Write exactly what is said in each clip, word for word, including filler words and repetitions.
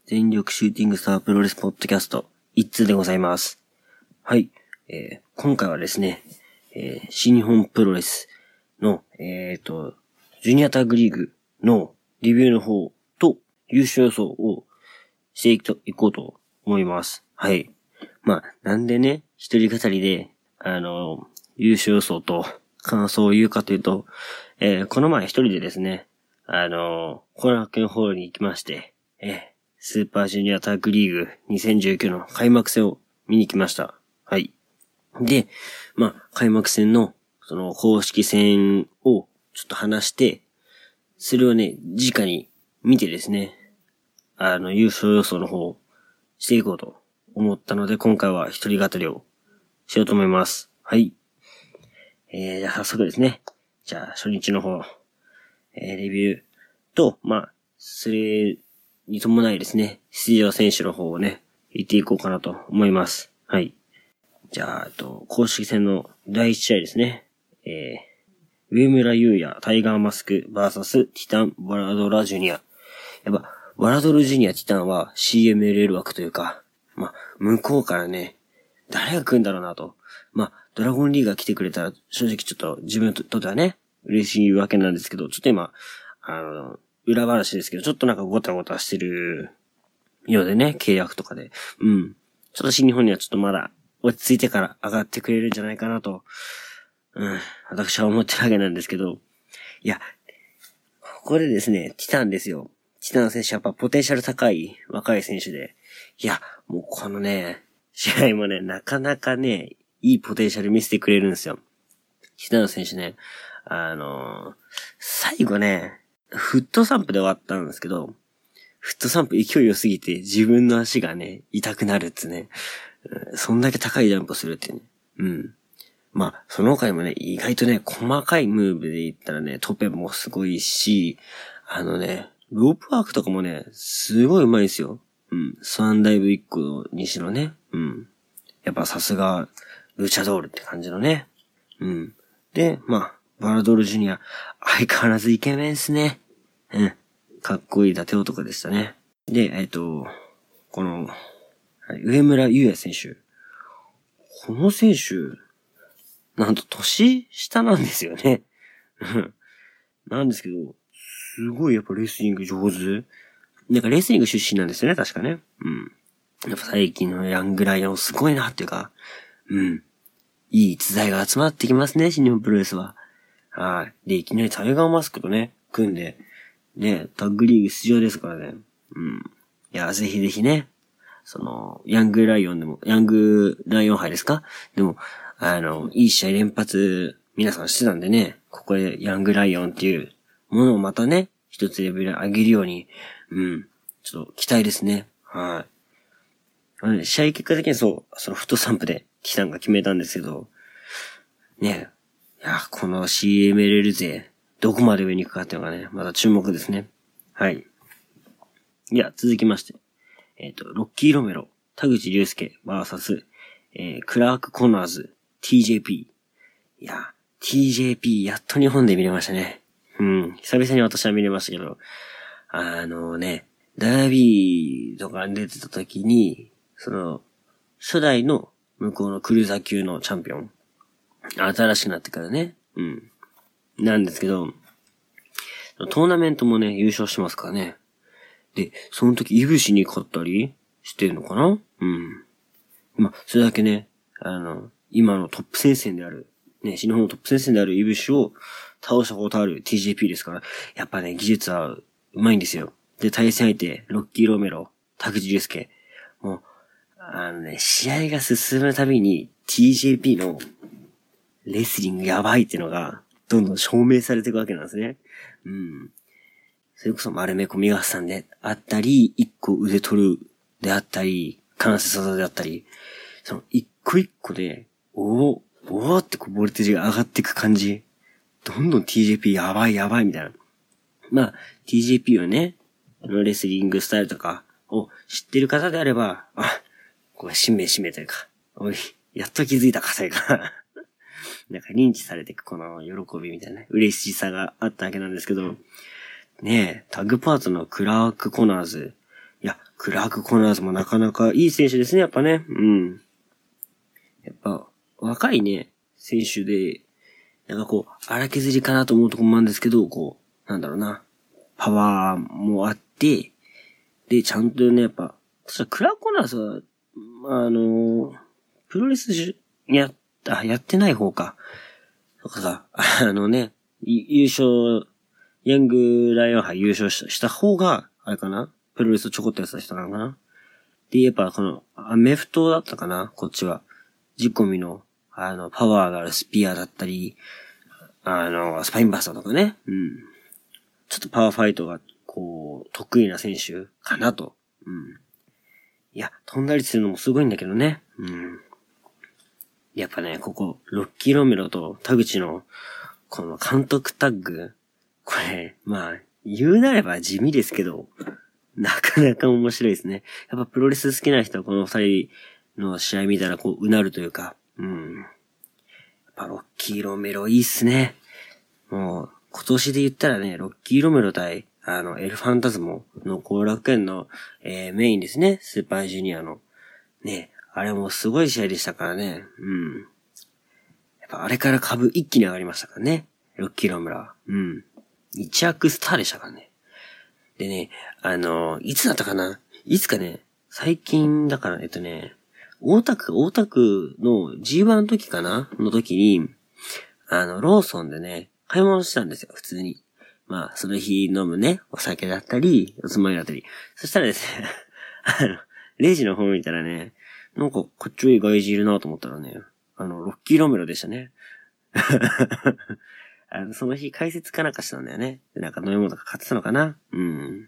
全力シューティングスタープロレスポッドキャスト一通でございます。はい、えー、今回はですね、えー、新日本プロレスのえーとジュニアタッグリーグのレビューの方と優勝予想をしていこうと思います。はい。まあなんでね一人語りであの優勝予想と感想を言うかというと、えー、この前一人でですねあの後楽園ホールに行きまして、えースーパージュニアタッグリーグにせんじゅうきゅうの開幕戦を見に来ました。はい。で、まあ、開幕戦の、その、公式戦をちょっと話して、それをね、直に見てですね、あの、優勝予想の方をしていこうと思ったので、今回は一人語りをしようと思います。はい。えー、じゃあ早速ですね。じゃあ、初日の方、えー、レビューと、まあ、それ、に伴いですね、出場選手の方をね、言っていこうかなと思います。はい。じゃあ、と、公式戦のだいいち試合ですね。えー、上村優也、タイガーマスク、バーサス、ティタン、バラドラジュニア。やっぱ、バラドルジュニア、ティタンは シーエムエルエル 枠というか、まあ、向こうからね、誰が来るんだろうなと。まあ、ドラゴンリーが来てくれたら、正直ちょっと自分にとってはね、嬉しいわけなんですけど、ちょっと今、あの、裏話ですけど、ちょっとなんかゴタゴタしてるようでね、契約とかで。うん。ちょっと新日本にはちょっとまだ落ち着いてから上がってくれるんじゃないかなと、うん、私は思ってるわけなんですけど。いや、ここでですね、ティタンですよ。ティタン選手やっぱポテンシャル高い若い選手で。いや、もうこのね、試合もね、なかなかね、いいポテンシャル見せてくれるんですよ。ティタン選手ね、あのー、最後ね、フットサンプで終わったんですけど、フットサンプ勢い良すぎて自分の足がね、痛くなるっつね。そんだけ高いジャンプをするってね。うん。まあ、その他にもね、意外とね、細かいムーブで言ったらね、トペもすごいし、あのね、ロープワークとかもね、すごい上手いですよ。うん。スワンダイブいっこにしろね。うん。やっぱさすが、ルチャドールって感じのね。うん。で、まあ、バラドルジュニア、相変わらずイケメンっすね。うん。かっこいい伊達男でしたね。で、えっと、この、上村優也選手。この選手、なんと年下なんですよね。なんですけど、すごいやっぱレスリング上手。なんかレスリング出身なんですよね、確かね。うん。やっぱ最近のヤングライオンすごいなっていうか、うん。いい逸材が集まってきますね、新日本プロレスは。はい。で、いきなりタイガーマスクとね、組んで、ね、タッグリーグ出場ですからね。うん。いや、ぜひぜひね、その、ヤングライオンでも、ヤングライオン杯ですか？でも、あの、いい試合連発、皆さんしてたんでね、ここでヤングライオンっていうものをまたね、一つレベル上げるように、うん、ちょっと期待ですね。はい。試合結果的にそう、そのフットサンプでティタンが決めたんですけど、ね、いや、この シーエムエルエル 勢、どこまで上に行くかっていうのがね、まだ注目ですね。はい。いや、続きまして。えっと、ロッキーロメロ、田口竜介 ブイエス、えー、クラークコナーズ、ティージェーピー。いや、ティージェーピー やっと日本で見れましたね。うん、久々に私は見れましたけど、あのね、ダービーとかに出てた時に、その、初代の向こうのクルーザー級のチャンピオン。新しくなってからね。うん。なんですけど、トーナメントもね、優勝してますからね。で、その時、イブシに勝ったりしてるのかな？うん。まあ、それだけね、あの、今のトップ戦線である、ね、新日本のトップ戦線であるイブシを倒したことある ティージェーピー ですから、やっぱね、技術は上手いんですよ。で、対戦相手、ロッキー・ロメロ、田口竜介。もう、あのね、試合が進むたびに ティージェーピー のレスリングやばいっていうのが、どんどん証明されていくわけなんですね。うん。それこそ丸め込み合さんであったり、一個腕取るであったり、関節技であったり、その一個一個で、おー、おーってこうボルテージが上がっていく感じ。どんどん ティージェーピー やばいやばいみたいな。まあ、ティージェーピー はね、レスリングスタイルとかを知ってる方であれば、あ、これしめしめというか、おい、やっと気づいたかというか、なんか認知されていくこの喜びみたいな、嬉しさがあったわけなんですけど、ねえ、タッグパートのクラーク・コナーズ。いや、 クラーク・コナーズもなかなかいい選手ですね、やっぱね。うん。やっぱ、若いね、選手で、なんかこう、荒削りかなと思うところもあるんですけど、こう、なんだろうな。パワーもあって、で、ちゃんとね、やっぱ、そしたらクラーク・コナーズは、あの、プロレスや、あ、やってない方か。とかさ、あのね、優勝、ヤングライオン杯優勝したした方が、あれかなプロレスちょこっとやってた人なのかなで、やっぱこの、アメフトだったかなこっちは。ジコミの、あの、パワーがあるスピアだったり、あの、スパインバスターとかね。うん。ちょっとパワーファイトが、こう、得意な選手かなと。うん。いや、飛んだりするのもすごいんだけどね。うん。やっぱね、ここ、ロッキー・ロメロと田口の、この監督タッグ、これ、まあ、言うなれば地味ですけど、なかなか面白いですね。やっぱプロレス好きな人はこの二人の試合見たらこう、うなるというか、うん。やっぱロッキー・ロメロいいっすね。もう、今年で言ったらね、ロッキー・ロメロ対、あの、エル・ファンタズモの後楽園の、えー、メインですね。スーパージュニアの。ね、あれもすごい試合でしたからね。うん。やっぱあれから株一気に上がりましたからね。ロッキー・ロメロは。うん。一躍スターでしたからね。でね、あの、いつだったかないつかね、最近だから、えっとね、大田区、大田区の ジーワン の時かなの時に、あの、ローソンでね、買い物したんですよ、普通に。まあ、その日飲むね、お酒だったり、おつまみだったり。そしたらですね、あの、レジの方見たらね、なんか、こっちいい外人いるなと思ったらね、あの、ロッキーロメロでしたね。あの、その日解説かなんかしたんだよね。で、なんか飲み物とか買ってたのかなうん。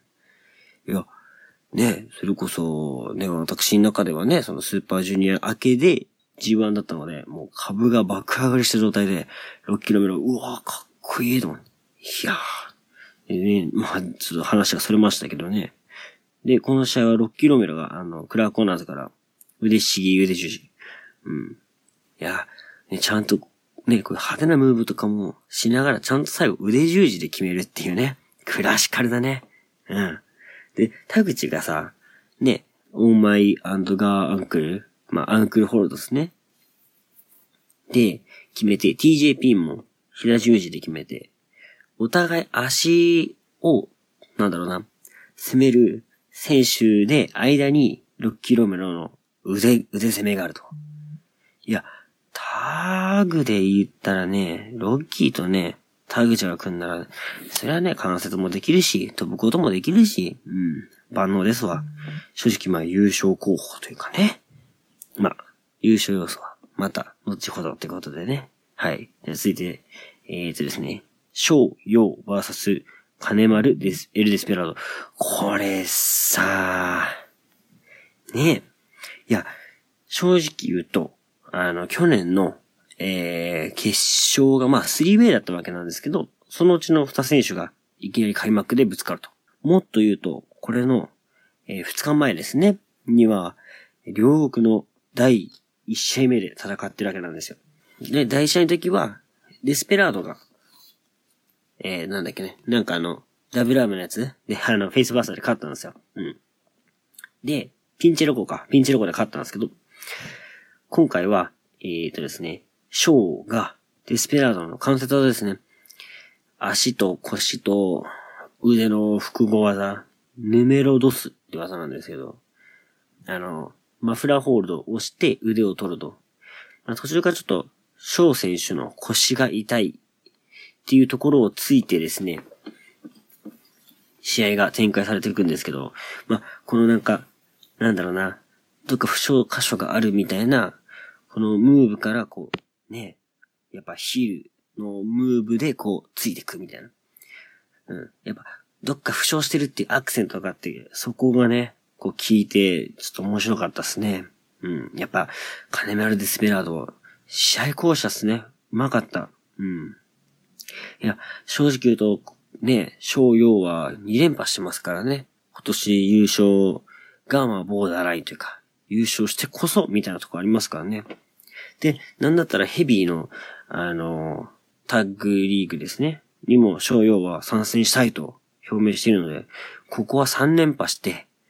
いや、ね、それこそ、ね、私の中ではね、そのスーパージュニア明けで ジーワン だったので、もう株が爆上がりした状態で、ろっキロメロ、うわーかっこいいと思って。いやー。でね、まあ、ちょっと話がそれましたけどね。で、この試合はろっキロメロが、あの、クラーコーナーズから腕しぎ、腕十字。うん。いや、ね、ちゃんと、ね、こう派手なムーブとかもしながらちゃんと最後腕十字で決めるっていうね。クラシカルだね。うん。で、田口がさ、ね、オーマイアンドガーアンクル、まあ、アンクルホールドですね。で、決めて、ティージェーピー も平十字で決めて、お互い足を、なんだろうな、攻める選手で間にろっキロメロの腕、腕攻めがあると。いや、タグで言ったらね、ロッキーとね、田口が組んだら、それはね、関節もできるし、飛ぶこともできるし、うん、万能ですわ。正直まあ優勝候補というかね。まあ、優勝要素は、また、後ほどってことでね。はい。じゃあ続いて、えーとですね、翔陽 ブイエス 金丸デス、エルデスペラード。これさ、ねえ。いや、正直言うと、あの、去年の、えー、決勝がまあスリーウェイだったわけなんですけど、そのうちのに選手がいきなり開幕でぶつかると。もっと言うと、これの、えー、ふつかまえですね、には、両国のだいいち試合目で戦ってるわけなんですよ。で、だいいち試合の時は、デスペラードが、えー、なんだっけね、なんかあの、ダブルアームのやつで、あの、フェイスバーサーで勝ったんですよ。うん。で、ピンチロコか、ピンチロコで勝ったんですけど、今回は、えーとですね、ショーがデスペラードの関節技ですね。足と腰と腕の複合技、ヌメロドスって技なんですけど、あの、マフラーホールドを押して腕を取ると。途中からちょっと、ショー選手の腰が痛いっていうところをついてですね、試合が展開されていくんですけど、まあ、このなんか、なんだろうな、どっか負傷箇所があるみたいな、このムーブからこう、ね、やっぱヒールのムーブでこう、ついてくみたいな。うん。やっぱ、どっか負傷してるっていうアクセントがあって、そこがね、こう聞いて、ちょっと面白かったっすね。うん。やっぱ、金丸デスペラード、試合巧者っすね。うまかった。うん。いや、正直言うと、ね、翔陽はに連覇してますからね。今年優勝がまあボーダーラインというか、優勝してこそみたいなとこありますからね。で、なんだったらヘビーの、あの、タッグリーグですね。にも翔陽は参戦したいと表明しているので、ここはさん連覇して、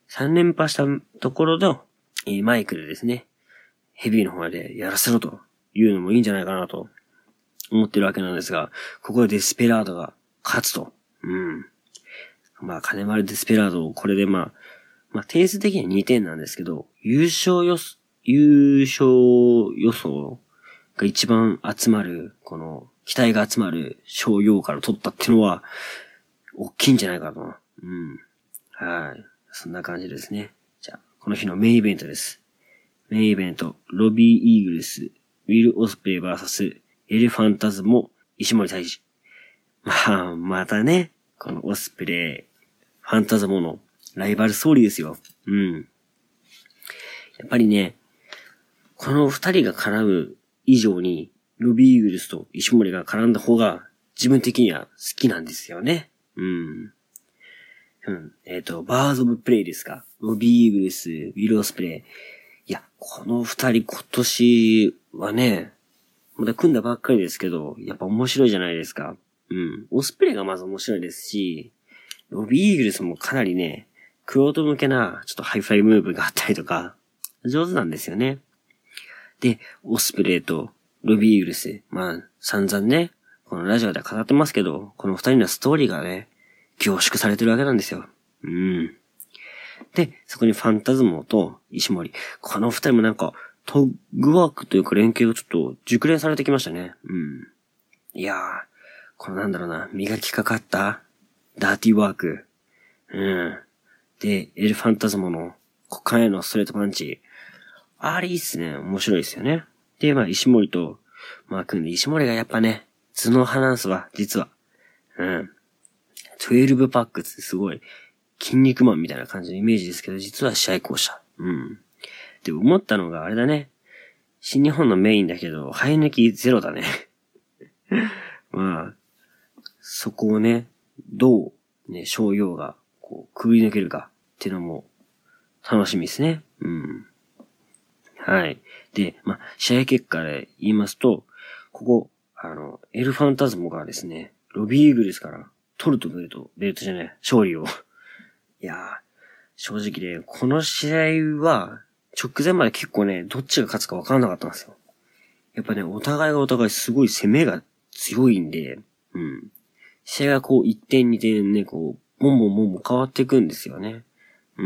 さん連覇したところの、えー、マイクでですね、ヘビーの方でやらせろというのもいいんじゃないかなと思ってるわけなんですが、ここでデスペラードが勝つと。うん。まあ、金丸デスペラード、これでまあ、まあ、点数的にはにてんなんですけど、優勝予想、優勝予想が一番集まる、この、期待が集まる商用から取ったっていうのは、大きいんじゃないかと。うん。はい。そんな感じですね。じゃあ、この日のメインイベントです。メインイベント、ロビー・イーグルス、ウィル・オスプレイ ブイエス エル・ファンタズモ、石森泰治。まあ、またね、このオスプレイ、ファンタズモのライバルストーリーですよ。うん。やっぱりね、この二人が絡む以上に、ロビー・イーグルスと石森が絡んだ方が、自分的には好きなんですよね。うん。うん。えっと、バーズ・オブ・プレイですか。ロビー・イーグルス、ウィル・オスプレイ。いや、この二人今年はね、まだ組んだばっかりですけど、やっぱ面白いじゃないですか。うん。オスプレイがまず面白いですし、ロビー・イーグルスもかなりね、クロート向けな、ちょっとハイフライムーブがあったりとか、上手なんですよね。で、オスプレイとロビー・イーグルス、まあ、散々ね、このラジオで語ってますけど、この二人のストーリーがね、凝縮されてるわけなんですよ。うん。で、そこにファンタズモと石森。この二人もなんか、トッグワークというか連携がちょっと熟練されてきましたね。うん。いやー、このなんだろうな、磨きかかったダーティーワーク。うん。で、エルファンタズモの股間へのストレートパンチ。あれいいっすね。面白いですよね。で、まあ、石森と、まあ、組んで、石森がやっぱね、頭脳派なんすわ、実は。うん。じゅうにパックってすごい、筋肉マンみたいな感じのイメージですけど、実は試合巧者。うん。で、思ったのがあれだね。新日本のメインだけど、生え抜きゼロだね。まあ、そこをね、どう、ね、商用が、こう、くぐり抜けるかっていうのも、楽しみですね。うん。はい。で、まあ、試合結果で言いますと、ここ、あの、エルファンタズモがですね、ロビーイーグルスから取るとベルト、ベルトじゃない、勝利を。いやー、正直ね、この試合は、直前まで結構ね、どっちが勝つか分からなかったんですよ。やっぱね、お互いがお互いすごい攻めが強いんで、うん。試合がこういってんにてんね、こう、ボンボンボンボン変わっていくんですよね。うん。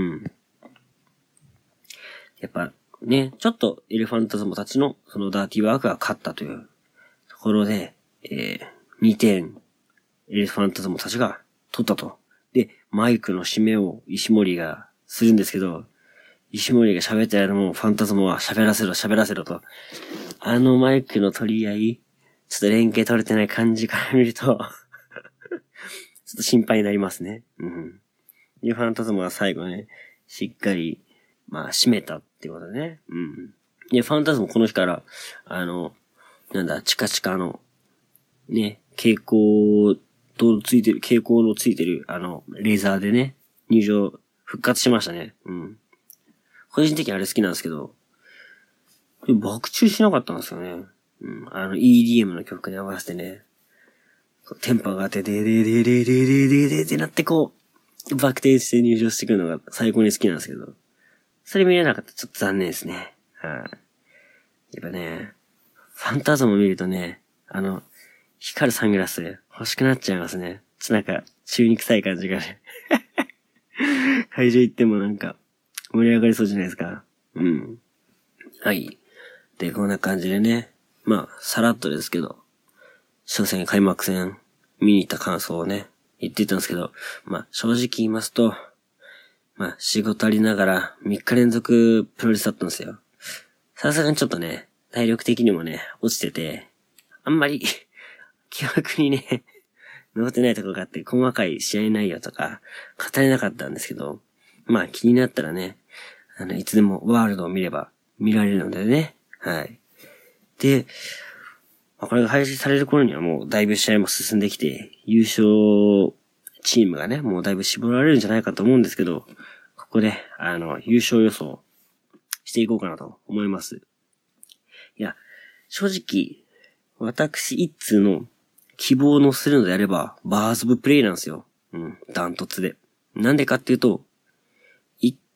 やっぱね、ちょっとエレファンタズモたちのそのダーティーワークが勝ったというところで、えー、にてんエレファンタズモたちが取ったと。で、マイクの締めを石森がするんですけど、石森が喋ったらもうファンタズモは喋らせろ喋らせろと。あのマイクの取り合い、ちょっと連携取れてない感じから見ると、ちょっと心配になりますね。うん。で、ファンタズモは最後ね、しっかり、まあ、締めたっていうことね。うん。で、ファンタズモこの日から、あの、なんだ、チカチカの、ね、蛍光とついてる、蛍光のついてる、あの、レーザーでね、入場、復活しましたね。うん。個人的にあれ好きなんですけど、爆中しなかったんですよね。うん。あの、イーディーエム の曲に合わせてね、テンパがあって、でーでーでーでーでーでーでーでーってなってこう、バク転して入場してくるのが最高に好きなんですけど、それ見れなかったらちょっと残念ですね。はい、あ。やっぱね、ファンタズモ見るとね、あの、光るサングラス欲しくなっちゃいますね。ちょっとなんか、中に臭い感じがね。会場行ってもなんか、盛り上がりそうじゃないですか。うん。はい。で、こんな感じでね、まあ、さらっとですけど、初戦開幕戦見に行った感想をね、言ってたんですけど、まあ、正直言いますと、まあ、仕事ありながらみっか連続プロレスだったんですよ。さすがにちょっとね、体力的にもね、落ちてて、あんまり、記憶にね、残ってないところがあって、細かい試合内容とか、語れなかったんですけど、まあ気になったらね、あの、いつでもワールドを見れば見られるのでね、はい。で、まあ、これが配信される頃にはもうだいぶ試合も進んできて、優勝チームがね、もうだいぶ絞られるんじゃないかと思うんですけど、ここで、あの、優勝予想していこうかなと思います。いや、正直、私一通の希望のするのであれば、バーズ・オブ・プレイなんですよ。うん、ダントツで。なんでかっていうと、いっ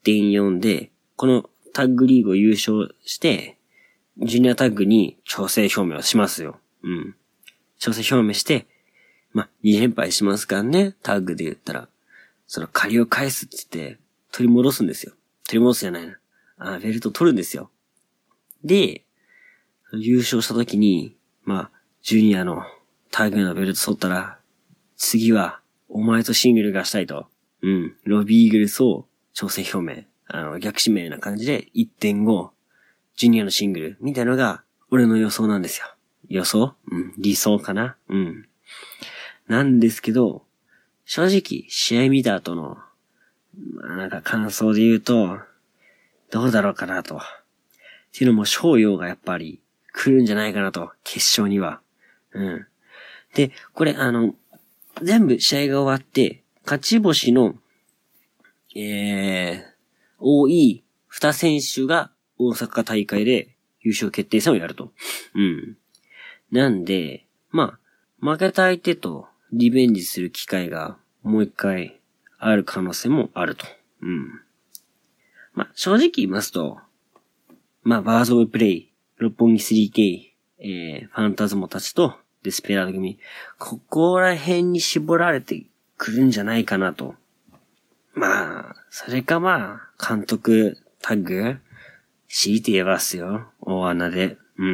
てんよん で、このタッグリーグを優勝して、ジュニアタッグに挑戦表明をしますよ。うん。挑戦表明して、まあ、に連敗しますからね、タッグで言ったら。その借りを返すって言って、取り戻すんですよ。取り戻すじゃないな。あ、ベルト取るんですよ。で、優勝した時に、まあ、ジュニアのタッグのベルト取ったら、次は、お前とシングルがしたいと。うん。ロビーイーグルスを挑戦表明。あの、逆指名な感じで いってんご、ジュニアのシングルみたいなのが、俺の予想なんですよ。予想？うん。理想かな？うん。なんですけど、正直、試合見た後の、まあなんか感想で言うと、どうだろうかなと。っていうのも、翔陽がやっぱり来るんじゃないかなと、決勝には。うん。で、これあの、全部試合が終わって、勝ち星の、えー、多いに選手が大阪大会で優勝決定戦をやると。うん。なんで、まあ、負けた相手とリベンジする機会がもう一回ある可能性もあると。うん。まあ、正直言いますと、まあ、バーズオブプレイ、六本木 スリーケー、えー、ファンタズモたちとデスペラード組、ここら辺に絞られてくるんじゃないかなと。まあ、それかまあ、監督、タッグ、強いて言えばっすよ。大穴で。うん。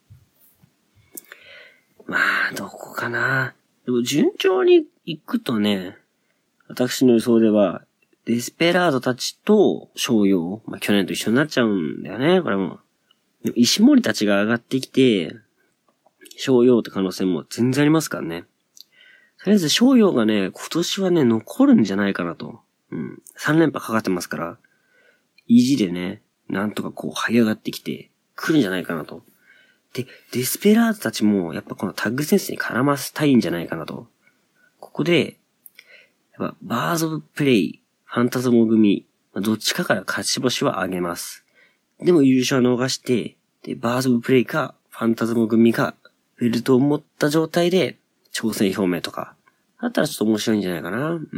まあ、どこかな。でも順調に行くとね、私の予想では、デスペラードたちと翔陽、まあ去年と一緒になっちゃうんだよね、これも。でも石森たちが上がってきて、翔陽って可能性も全然ありますからね。とりあえず翔陽がね、今年はね、残るんじゃないかなと。うん。さん連覇かかってますから、意地でね、なんとかこう這い上がってきて、来るんじゃないかなと。で、デスペラードたちも、やっぱこのタッグ戦線に絡ませたいんじゃないかなと。ここで、やっぱバーズオブプレイ、ファンタズモ組、どっちかから勝ち星は上げます。でも優勝は逃して、で、バーズオブプレイか、ファンタズモ組が、ベルトを持った状態で、挑戦表明とか、だったらちょっと面白いんじゃないかな。うん。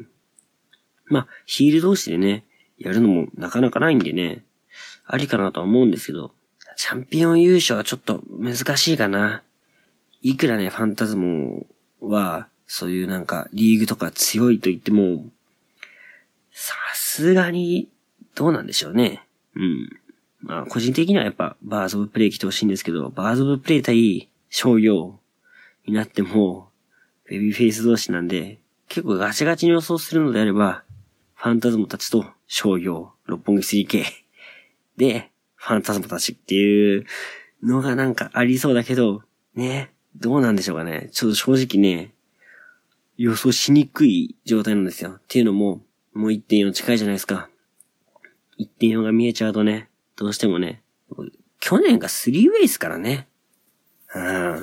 まあ、ヒール同士でね、やるのもなかなかないんでね、ありかなとは思うんですけど、チャンピオン優勝はちょっと難しいかな。いくらね、ファンタズモは、そういうなんか、リーグとか強いと言っても、さすがに、どうなんでしょうね。うん。まあ、個人的にはやっぱ、バーズオブプレイ来てほしいんですけど、バーズオブプレイ対商業になっても、ベビーフェイス同士なんで、結構ガチガチに予想するのであれば、ファンタズモたちと商業、六本木 スリーケー で、ファンタズモたちっていうのがなんかありそうだけど、ね、どうなんでしょうかね。ちょっと正直ね、予想しにくい状態なんですよ。っていうのも、もう いってんよん 近いじゃないですか。いってんよん が見えちゃうとね、どうしてもね、去年がスリーウェイスからね。うん。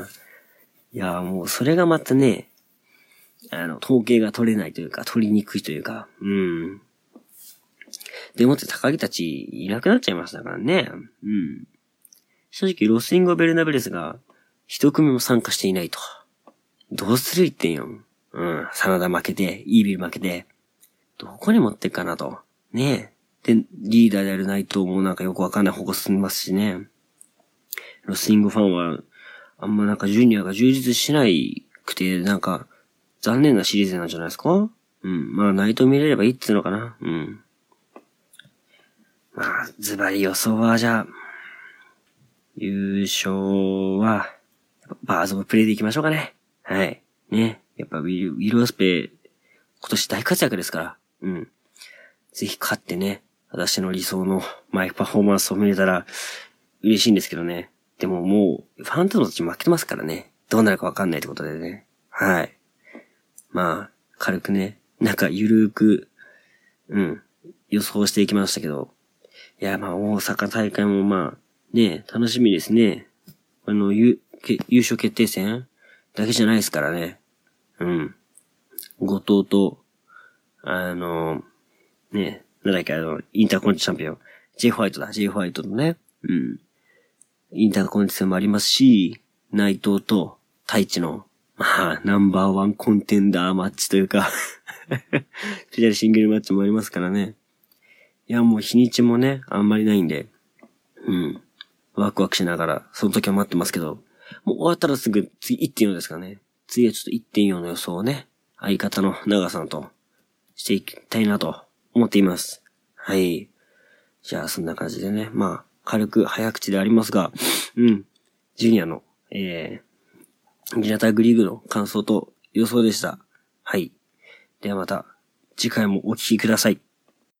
いや、もうそれがまたね、あの、統計が取れないというか、取りにくいというか、うん。でもって高木たちいなくなっちゃいましたからね。うん。正直、ロスインゴ・ベルナベレスが一組も参加していないと。どうする いってんよん。うん。真田負けて、イービル負けて、どこに持ってっかなと。ねえ。で、リーダーである内藤もなんかよくわかんない方向進みますしね。ロスインゴファンは、あんまなんかジュニアが充実しないくて、なんか、残念なシリーズなんじゃないですか？うん。まあ、内藤見れればいいっていうのかな。うん。まあ、ズバリ予想は、じゃあ、優勝は、バーズオブプレイでいきましょうかね。はい。ね。やっぱウィル、ウィル・オスペイ、今年大活躍ですから。うん。ぜひ勝ってね、私の理想のマイクパフォーマンスを見れたら嬉しいんですけどね。でももう、ファンタズモたち負けてますからね。どうなるかわかんないってことでね。はい。まあ、軽くね、なんかゆるーく、うん、予想していきましたけど。いや、まあ、大阪大会もまあ、ね、楽しみですね。あの、優、優勝決定戦だけじゃないですからね。うん。後藤と、あの、ね、なんだっけ、あの、インターコンチチャンピオン。J ホワイトだ、J ホワイトのね。うん。インターコンチ戦もありますし、内藤と太一の、まあ、ナンバーワンコンテンダーマッチというか、スペシャルシングルマッチもありますからね。 いや、もう日にちもね、あんまりないんで、うん。ワクワクしながら、その時は待ってますけど、もう終わったらすぐ次 いってんよん ですかね。次はちょっと いってんよん の予想をね、相方の長さんとしていきたいなと思っています。はい。じゃあそんな感じでね、まあ、軽く早口でありますが、うん。ジュニアの、えー、ジュニアタッグリーグの感想と予想でした。はい。ではまた、次回もお聞きください。